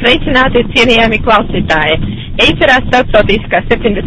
Sveicināti cienījami klausītāji! Ēterā starptautiskā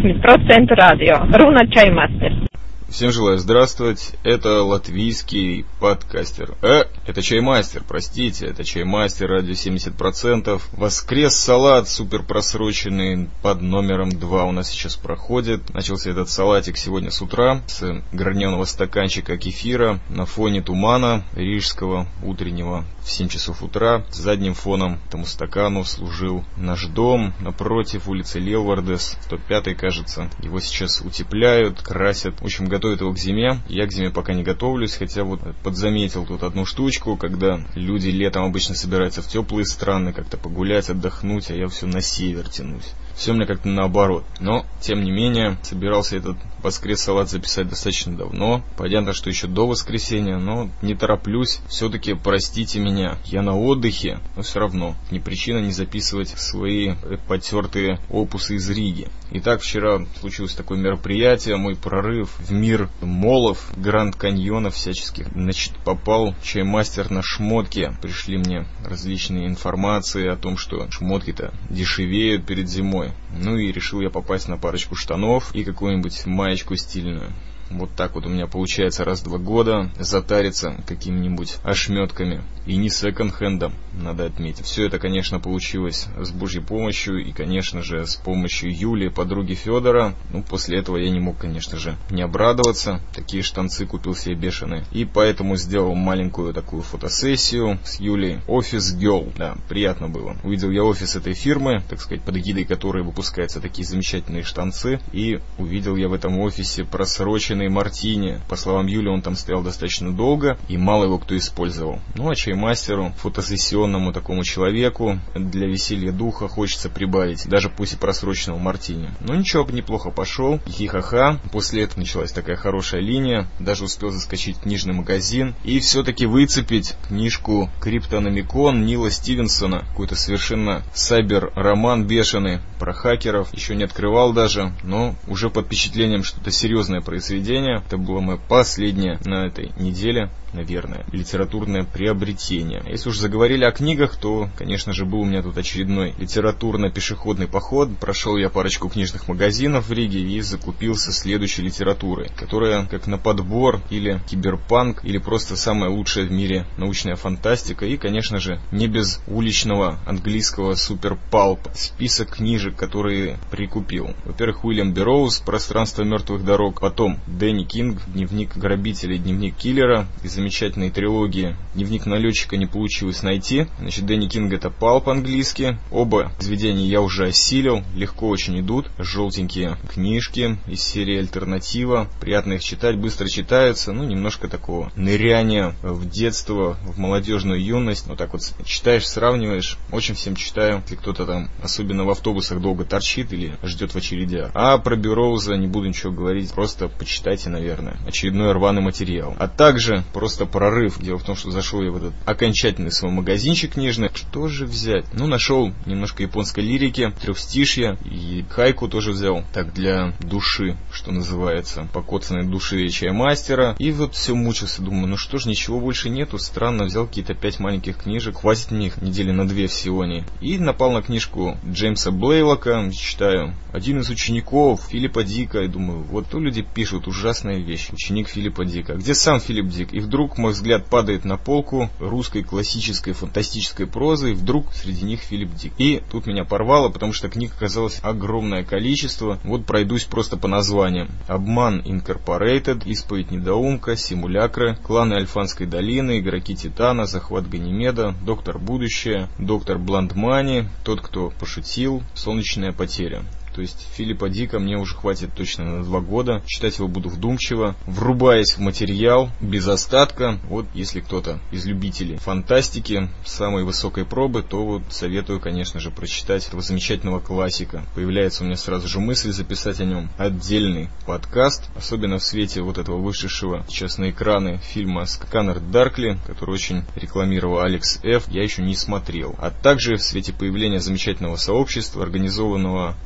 70% радио. Руна Чаймастер. Всем желаю здравствовать, это латвийский подкастер. Это Чаймастер, простите, это Чаймастер, радио 70%. Воскрес салат, супер просроченный, под номером 2 у нас сейчас проходит. Начался этот салатик сегодня с утра, с граненого стаканчика кефира на фоне тумана рижского утреннего в 7 часов утра. С задним фоном этому стакану служил наш дом напротив улицы Лелвардес, 105-й, кажется. Его сейчас утепляют, красят, в общем, готовят его к зиме. Я к зиме пока не готовлюсь, хотя вот подзаметил тут одну штучку, когда люди летом обычно собираются в теплые страны, как-то погулять, отдохнуть, а я все на север тянусь. Все у меня как-то наоборот. Но, тем не менее, собирался этот воскрес-салат записать достаточно давно. Понятно, что еще до воскресенья, но не тороплюсь. Все-таки простите меня, я на отдыхе, но все равно не причина не записывать свои потертые опусы из Риги. Итак, вчера случилось такое мероприятие, мой прорыв в мир молов, гранд-каньонов всяческих. Значит, попал Чаймастер на шмотки. Пришли мне различные информации о том, что шмотки-то дешевеют перед зимой. Ну и решил я попасть на парочку штанов и какую-нибудь маечку стильную. Вот так вот у меня получается раз в 2 года затариться какими-нибудь ошметками. И не секонд-хендом, надо отметить. Все это, конечно, получилось с Божьей помощью и, конечно же, с помощью Юли, подруги Федора. Ну, после этого я не мог, конечно же, не обрадоваться. Такие штанцы купил себе бешеные. И поэтому сделал маленькую такую фотосессию с Юлей. Офис Girl. Да, приятно было. Увидел я офис этой фирмы, так сказать, под эгидой которой выпускаются такие замечательные штанцы. И увидел я в этом офисе просроченный мартини. По словам Юли, он там стоял достаточно долго, и мало его кто использовал. Ну, а Чаймастеру, фотосессионному такому человеку, для веселья духа хочется прибавить, даже пусть и просроченного мартини. Но ничего, неплохо пошел. Хи-ха-ха. После этого началась такая хорошая линия. Даже успел заскочить в книжный магазин и все-таки выцепить книжку Криптономикон Нила Стивенсона. Какой-то совершенно сайбер-роман бешеный про хакеров. Еще не открывал даже, но уже под впечатлением что-то серьезное произведение. Это было мое последнее на этой неделе, наверное, литературное приобретение. Если уж заговорили о книгах, то, конечно же, был у меня тут очередной литературно-пешеходный поход. Прошел я парочку книжных магазинов в Риге и закупился следующей литературой, которая как на подбор, или киберпанк, или просто самая лучшая в мире научная фантастика. И, конечно же, не без уличного английского суперпалпа. Список книжек, которые прикупил. Во-первых, Уильям Берроуз «Пространство мертвых дорог», потом Дэнни Кинг «Дневник грабителя и дневник киллера». Из замечательной трилогии «Дневник налетчика» не получилось найти. Значит, Дэнни Кинг — это палп по-английски. Оба произведения я уже осилил, легко очень идут. Желтенькие книжки из серии «Альтернатива». Приятно их читать, быстро читаются. Ну, немножко такого ныряния в детство, в молодежную юность. Вот так вот читаешь, сравниваешь. Очень всем читаю, если кто-то там, особенно в автобусах, долго торчит или ждет в очередях. А про Берроуза не буду ничего говорить, просто почитайте, наверное. Очередной рваный материал. А также просто прорыв. Дело в том, что зашел я в этот окончательный свой магазинчик книжный. Что же взять? Ну, нашел немножко японской лирики, трехстишья, и хайку тоже взял. Так, для души, что называется, покоцанной души Чаймастера. И вот все мучился, думаю, ну что ж, ничего больше нету. Странно, взял какие-то 5 маленьких книжек. Хватит мне их недели на 2 всего не. И напал на книжку Джеймса Блейлока. Читаю. Один из учеников Филиппа Дика. И думаю, вот то люди пишут ужасная вещь. Ученик Филиппа Дика. Где сам Филипп Дик? И вдруг мой взгляд падает на полку русской классической фантастической прозы, и вдруг среди них Филипп Дик. И тут меня порвало, потому что книг оказалось огромное количество. Вот пройдусь просто по названиям. «Обман Инкорпорейтед», «Исповедь недоумка», «Симулякры», «Кланы Альфанской долины», «Игроки Титана», «Захват Ганимеда», «Доктор Будущее», «Доктор Бландмани», «Тот, кто пошутил», «Солнечная потеря». То есть Филиппа Дика мне уже хватит точно на 2 года. Читать его буду вдумчиво, врубаясь в материал, без остатка. Вот если кто-то из любителей фантастики самой высокой пробы, то вот советую, конечно же, прочитать этого замечательного классика. Появляется у меня сразу же мысль записать о нем отдельный подкаст, особенно в свете вот этого вышедшего сейчас на экраны фильма «Сканер Даркли», который очень рекламировал Алекс Ф. Я еще не смотрел. А также в свете появления замечательного сообщества, организованного питерцем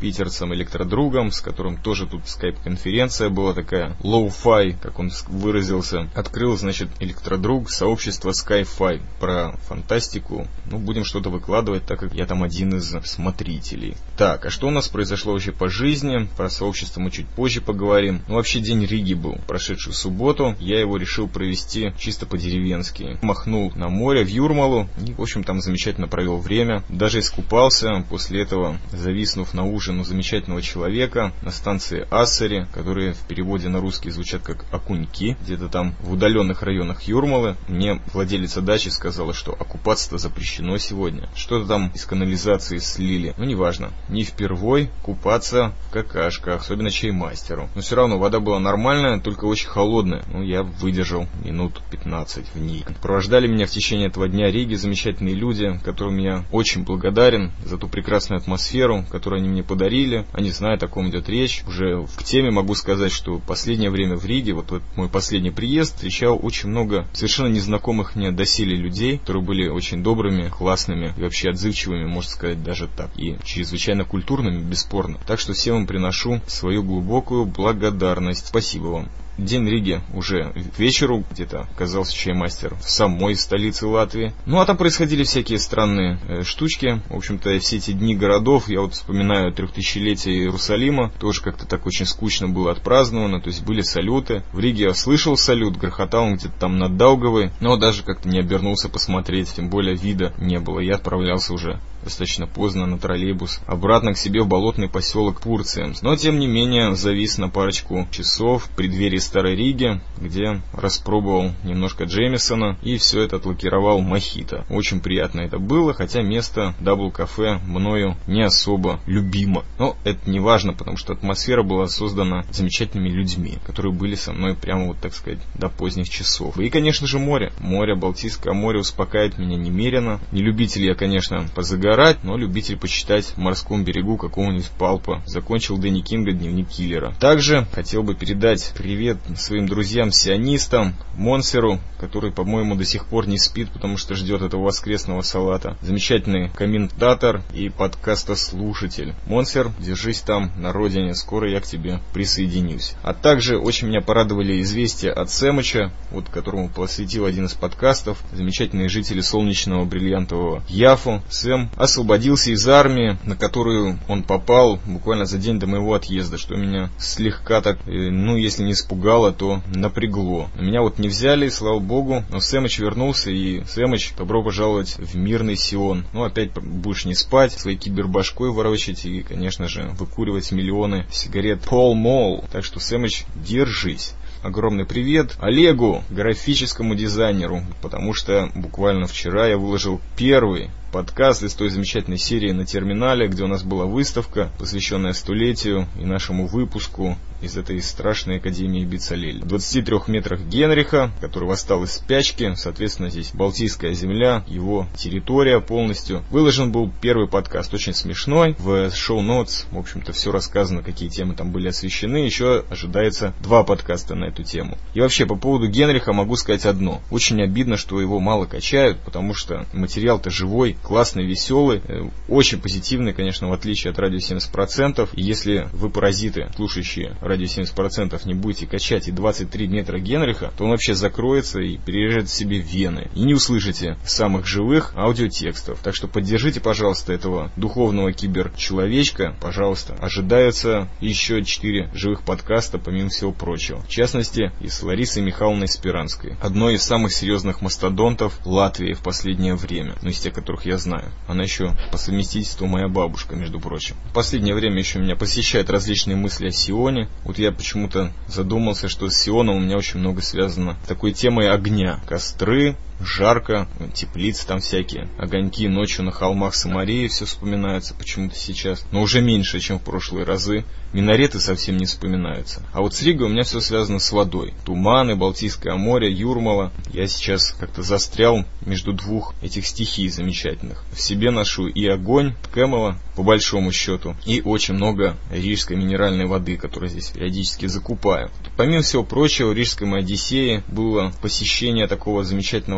Денисом Электродругом, с которым тоже тут скайп-конференция была такая, low-fi, как он выразился. Открыл, значит, Электродруг сообщество Sky-Fi про фантастику. Ну, будем что-то выкладывать, так как я там один из смотрителей. Так, а что у нас произошло вообще по жизни? Про сообщество мы чуть позже поговорим. Ну, вообще день Риги был, прошедшую субботу. Я его решил провести чисто по-деревенски. Махнул на море, в Юрмалу, и, в общем, там замечательно провел время. Даже искупался, после этого зависнув на ужин у замечательного человека на станции Ассари, которые в переводе на русский звучат как окуньки, где-то там в удаленных районах Юрмалы. Мне владелица дачи сказала, что окупаться-то запрещено сегодня. Что-то там из канализации слили. Ну, неважно. Не впервой купаться в какашках, особенно чаймастеру. Но все равно вода была нормальная, только очень холодная. Ну, я выдержал минут 15 в ней. Провождали меня в течение этого дня Риги замечательные люди, которым я очень благодарен за ту прекрасную атмосферу, которую они мне подарили. Они знают, о ком идет речь. Уже в теме могу сказать, что в последнее время в Риге, вот мой последний приезд, встречал очень много совершенно незнакомых мне доселе людей, которые были очень добрыми, классными и вообще отзывчивыми, можно сказать, даже так. И чрезвычайно культурными, бесспорно. Так что всем им приношу свою глубокую благодарность. Спасибо вам. День Риги уже к вечеру, где-то оказался чаймастер в самой столице Латвии. Ну, а там происходили всякие странные штучки. В общем-то, все эти дни городов, я вот вспоминаю 3000-летие Иерусалима, тоже как-то так очень скучно было отпраздновано, то есть были салюты. В Риге я слышал салют, грохотал он где-то там над Даугавой, но даже как-то не обернулся посмотреть, тем более вида не было. Я отправлялся уже достаточно поздно на троллейбус обратно к себе в болотный поселок Пурциемс. Но, тем не менее, завис на парочку часов в преддверии Старой Риги, где распробовал немножко Джеймисона и все это отлакировал мохито. Очень приятно это было, хотя место дабл-кафе мною не особо любимо. Но это не важно, потому что атмосфера была создана замечательными людьми, которые были со мной прямо вот, так сказать, до поздних часов. И, конечно же, море. Море, Балтийское море успокаивает меня немерено. Не любитель я, конечно, позагорать, но любитель почитать в морском берегу какого-нибудь палпа. Закончил Дэнни Кинга «Дневник киллера». Также хотел бы передать привет своим друзьям-сионистам, Монсеру, который, по-моему, до сих пор не спит, потому что ждет этого воскресного салата. Замечательный комментатор и подкастослушатель. Монсер, держись там, на родине, скоро я к тебе присоединюсь. А также очень меня порадовали известия от Сэмыча, вот которому посвятил один из подкастов. Замечательные жители солнечного бриллиантового Яфу. Сэм освободился из армии, на которую он попал буквально за день до моего отъезда, что меня слегка так, ну, если не испугало, то напрягло. Меня вот не взяли, слава богу, но Сэмыч вернулся, и Сэмыч, добро пожаловать в мирный Сион. Ну, опять будешь не спать, своей кибербашкой ворочать и, конечно же, выкуривать миллионы сигарет Pall Mall. Так что, Сэмыч, держись. Огромный привет Олегу, графическому дизайнеру, потому что буквально вчера я выложил первый подкаст из той замечательной серии на терминале, где у нас была выставка, посвященная столетию и нашему выпуску из этой страшной Академии Бицалель. В 23 метрах Генриха, который восстал из спячки, соответственно, здесь Балтийская земля, его территория полностью. Выложен был первый подкаст, очень смешной. В шоу-нотс, в общем-то, все рассказано, какие темы там были освещены. Еще ожидается 2 подкаста на эту тему. И вообще, по поводу Генриха могу сказать одно. Очень обидно, что его мало качают, потому что материал-то живой, классный, веселый, очень позитивный, конечно, в отличие от радио 70%. И если вы, паразиты, слушающие радио 70%, не будете качать и 23 метра Генриха, то он вообще закроется и перережет себе вены. И не услышите самых живых аудиотекстов. Так что поддержите, пожалуйста, этого духовного киберчеловечка. Пожалуйста. Ожидаются еще 4 живых подкаста, помимо всего прочего. В частности, и с Ларисой Михайловной Спиранской. Одной из самых серьезных мастодонтов Латвии в последнее время. Ну, из тех, которых я знаю. Она еще по совместительству моя бабушка, между прочим. В последнее время еще меня посещают различные мысли о Сионе. Вот я почему-то задумался, что с Сионом у меня очень много связано с такой темой огня. Костры, жарко, теплицы там всякие, огоньки ночью на холмах Самарии, все вспоминается почему-то сейчас, но уже меньше, чем в прошлые разы. Минареты совсем не вспоминаются. А вот с Ригой у меня все связано с водой. Туманы, Балтийское море, Юрмала. Я сейчас как-то застрял между двух этих стихий замечательных. В себе ношу и огонь, Кэмела, по большому счету, и очень много рижской минеральной воды, которую здесь периодически закупаю. Помимо всего прочего, в Рижской Одиссее было посещение такого замечательного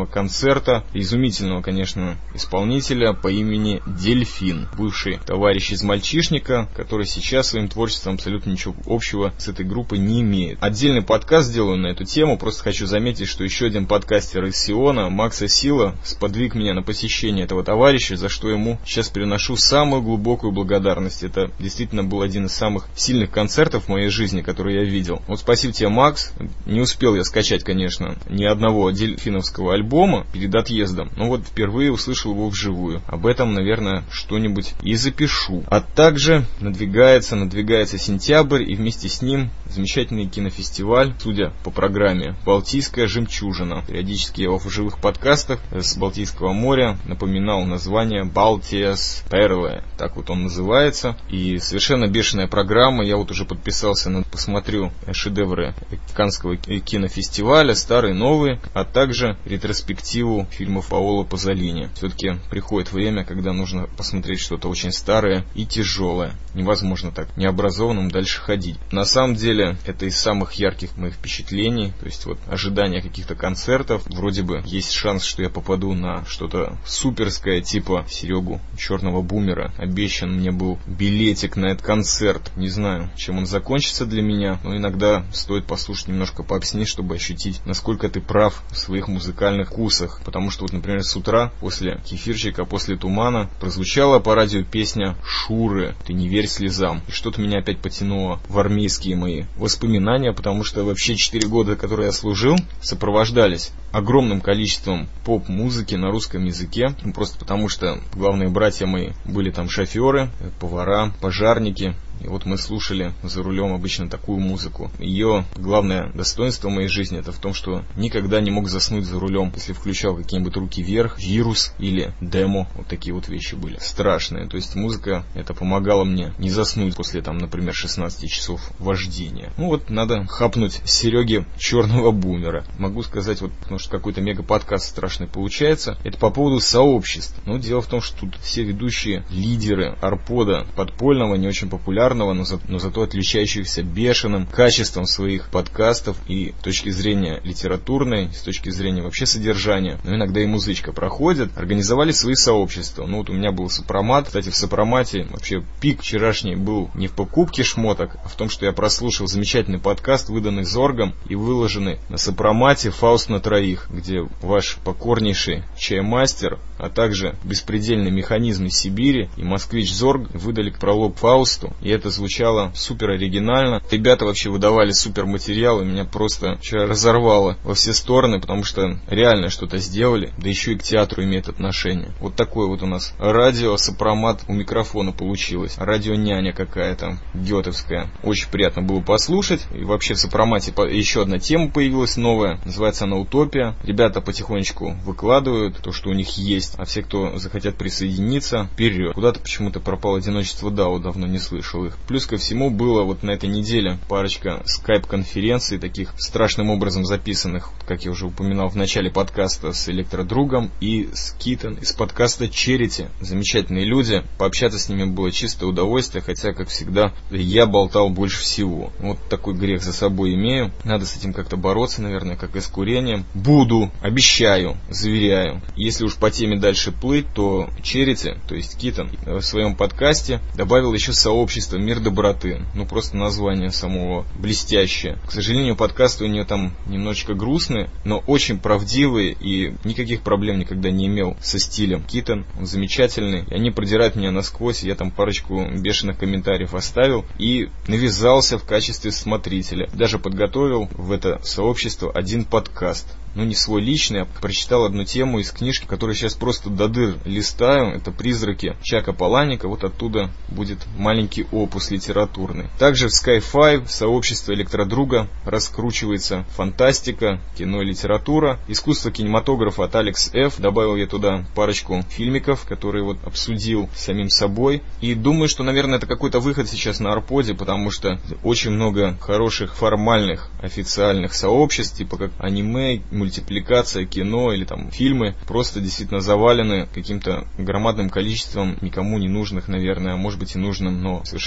концерта изумительного, конечно, исполнителя по имени Дельфин, бывший товарищ из «Мальчишника», который сейчас своим творчеством абсолютно ничего общего с этой группой не имеет. Отдельный подкаст сделаю на эту тему, просто хочу заметить, что еще один подкастер из Сиона, Макса Сила, сподвиг меня на посещение этого товарища, за что ему сейчас приношу самую глубокую благодарность. Это действительно был один из самых сильных концертов в моей жизни, который я видел. Вот спасибо тебе, Макс. Не успел я скачать, конечно, ни одного дельфиновского альбома перед отъездом, но вот впервые услышал его вживую. Об этом, наверное, что-нибудь и запишу. А также надвигается сентябрь, и вместе с ним замечательный кинофестиваль, судя по программе «Балтийская жемчужина». Периодически я в живых подкастах с Балтийского моря напоминал название «Балтиас Перле». Так вот он называется. И совершенно бешеная программа. Я вот уже подписался, посмотрю шедевры Каннского кинофестиваля, старые, новые, а также ретроспективу фильмов Паоло Пазолини. Все-таки приходит время, когда нужно посмотреть что-то очень старое и тяжелое. Невозможно так необразованным дальше ходить. На самом деле, это из самых ярких моих впечатлений. То есть вот ожидание каких-то концертов. Вроде бы есть шанс, что я попаду на что-то суперское, типа Серегу Черного Бумера. Обещан мне был билетик на этот концерт. Не знаю, чем он закончится для меня, но иногда стоит послушать немножко попсни, чтобы ощутить, насколько ты прав в своих музыкальных вкусах. Потому что вот, например, с утра, после кефирчика, после тумана, прозвучала по радио песня Шуры «Ты не верь слезам». И что-то меня опять потянуло в армейские мои воспоминания, потому что вообще 4 года, которые я служил, сопровождались огромным количеством поп-музыки на русском языке. Просто потому что главные братья мои были там шоферы, повара, пожарники. И вот мы слушали за рулем обычно такую музыку. Ее главное достоинство в моей жизни — это в том, что никогда не мог заснуть за рулем, если включал какие-нибудь «Руки вверх», «Вирус» или «Демо». Вот такие вот вещи были страшные. То есть музыка это помогала мне не заснуть после, там, например, 16 часов вождения. Ну вот надо хапнуть Сереги Черного Бумера. Могу сказать, вот, потому что какой-то мега-подкаст страшный получается. Это по поводу сообществ. Но дело в том, что тут все ведущие лидеры арпода подпольного, не очень популярного, но зато отличающихся бешеным качеством своих подкастов и с точки зрения литературной, с точки зрения вообще содержания, но иногда и музычка проходит, организовали свои сообщества. Ну вот у меня был Сопромат. Кстати, в Сопромате вообще пик вчерашний был не в покупке шмоток, а в том, что я прослушал замечательный подкаст, выданный Зоргом и выложенный на Сопромате «Фауст на троих», где ваш покорнейший чаймастер, а также беспредельный механизм из Сибири и москвич Зорг выдали пролог Фаусту. И это звучало супер оригинально. Ребята вообще выдавали супер материал, и меня просто вчера разорвало во все стороны, потому что реально что-то сделали, да еще и к театру имеет отношение. Вот такое вот у нас радио Сопромат у микрофона получилось. Радио-няня какая-то гетовская. Очень приятно было послушать. И вообще в Сопромате еще одна тема появилась новая. Называется она «Утопия». Ребята потихонечку выкладывают то, что у них есть. А все, кто захотят присоединиться, вперед. Куда-то почему-то пропало одиночество Дау, давно не слышал их. Плюс ко всему было вот на этой неделе парочка скайп-конференций, таких страшным образом записанных, как я уже упоминал в начале подкаста, с Электродругом и с Китон из подкаста Черити. Замечательные люди. Пообщаться с ними было чистое удовольствие, хотя, как всегда, я болтал больше всего. Вот такой грех за собой имею. Надо с этим как-то бороться, наверное, как и с курением. Буду, обещаю, заверяю. Если уж по теме дальше плыть, то Черити, то есть Китон, в своем подкасте добавил еще сообщество «Мир доброты». Ну, просто название самого блестящее. К сожалению, подкасты у нее там немножечко грустные, но очень правдивые, и никаких проблем никогда не имел со стилем Китон. Он замечательный, и они продирают меня насквозь. Я там парочку бешеных комментариев оставил и навязался в качестве смотрителя. Даже подготовил в это сообщество один подкаст. Ну, не свой личный, а прочитал одну тему из книжки, которую сейчас просто до дыр листаю. Это «Призраки» Чака Паланика. Вот оттуда будет маленький опус литературный. Также в Sky5, сообщество Электродруга, раскручивается фантастика, кино и литература, искусство кинематографа от Алекс Ф. Добавил я туда парочку фильмиков, которые вот обсудил самим собой. И думаю, что, наверное, это какой-то выход сейчас на Арподе, потому что очень много хороших формальных официальных сообществ, типа как аниме, мультипликация, кино или там фильмы, просто действительно завалены каким-то громадным количеством никому не нужных, наверное, а может быть и нужным, но совершенно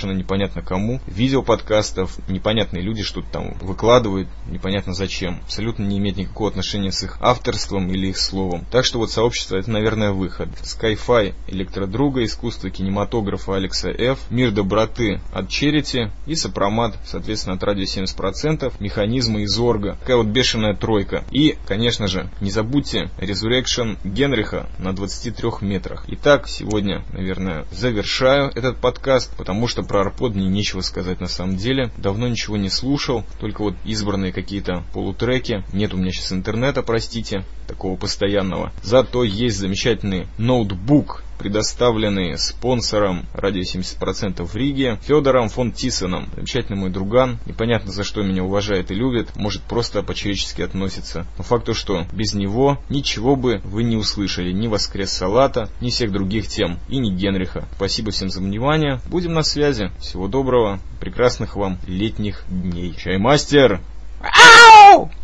предназначено непонятно кому. Видеоподкастов, непонятные люди что-то там выкладывают, непонятно зачем. Абсолютно не имеет никакого отношения с их авторством или их словом. Так что вот сообщество — это, наверное, выход. Sky-Fi Электродруга, искусство кинематографа Алекса Ф, Мир доброты от Черити и Сопромат, соответственно, от Радио 70%, Механизмы из Орга. Такая вот бешеная тройка. И, конечно же, не забудьте Resurrection Генриха на 23 метрах. Итак, сегодня, наверное, завершаю этот подкаст, потому что про Арпод мне нечего сказать на самом деле. Давно ничего не слушал, только вот избранные какие-то полутреки. Нет у меня сейчас интернета, простите, такого постоянного. Зато есть замечательный ноутбук, предоставленный спонсором Радио 70% в Риге, Федором фон Тисоном. Замечательный мой друган. Непонятно, за что меня уважает и любит. Может, просто по-человечески относится. Но факт то, что без него ничего бы вы не услышали. Ни «Воскрес Салата», ни всех других тем. И ни Генриха. Спасибо всем за внимание. Будем на связи. Всего доброго. Прекрасных вам летних дней. Чаймастер! Ау!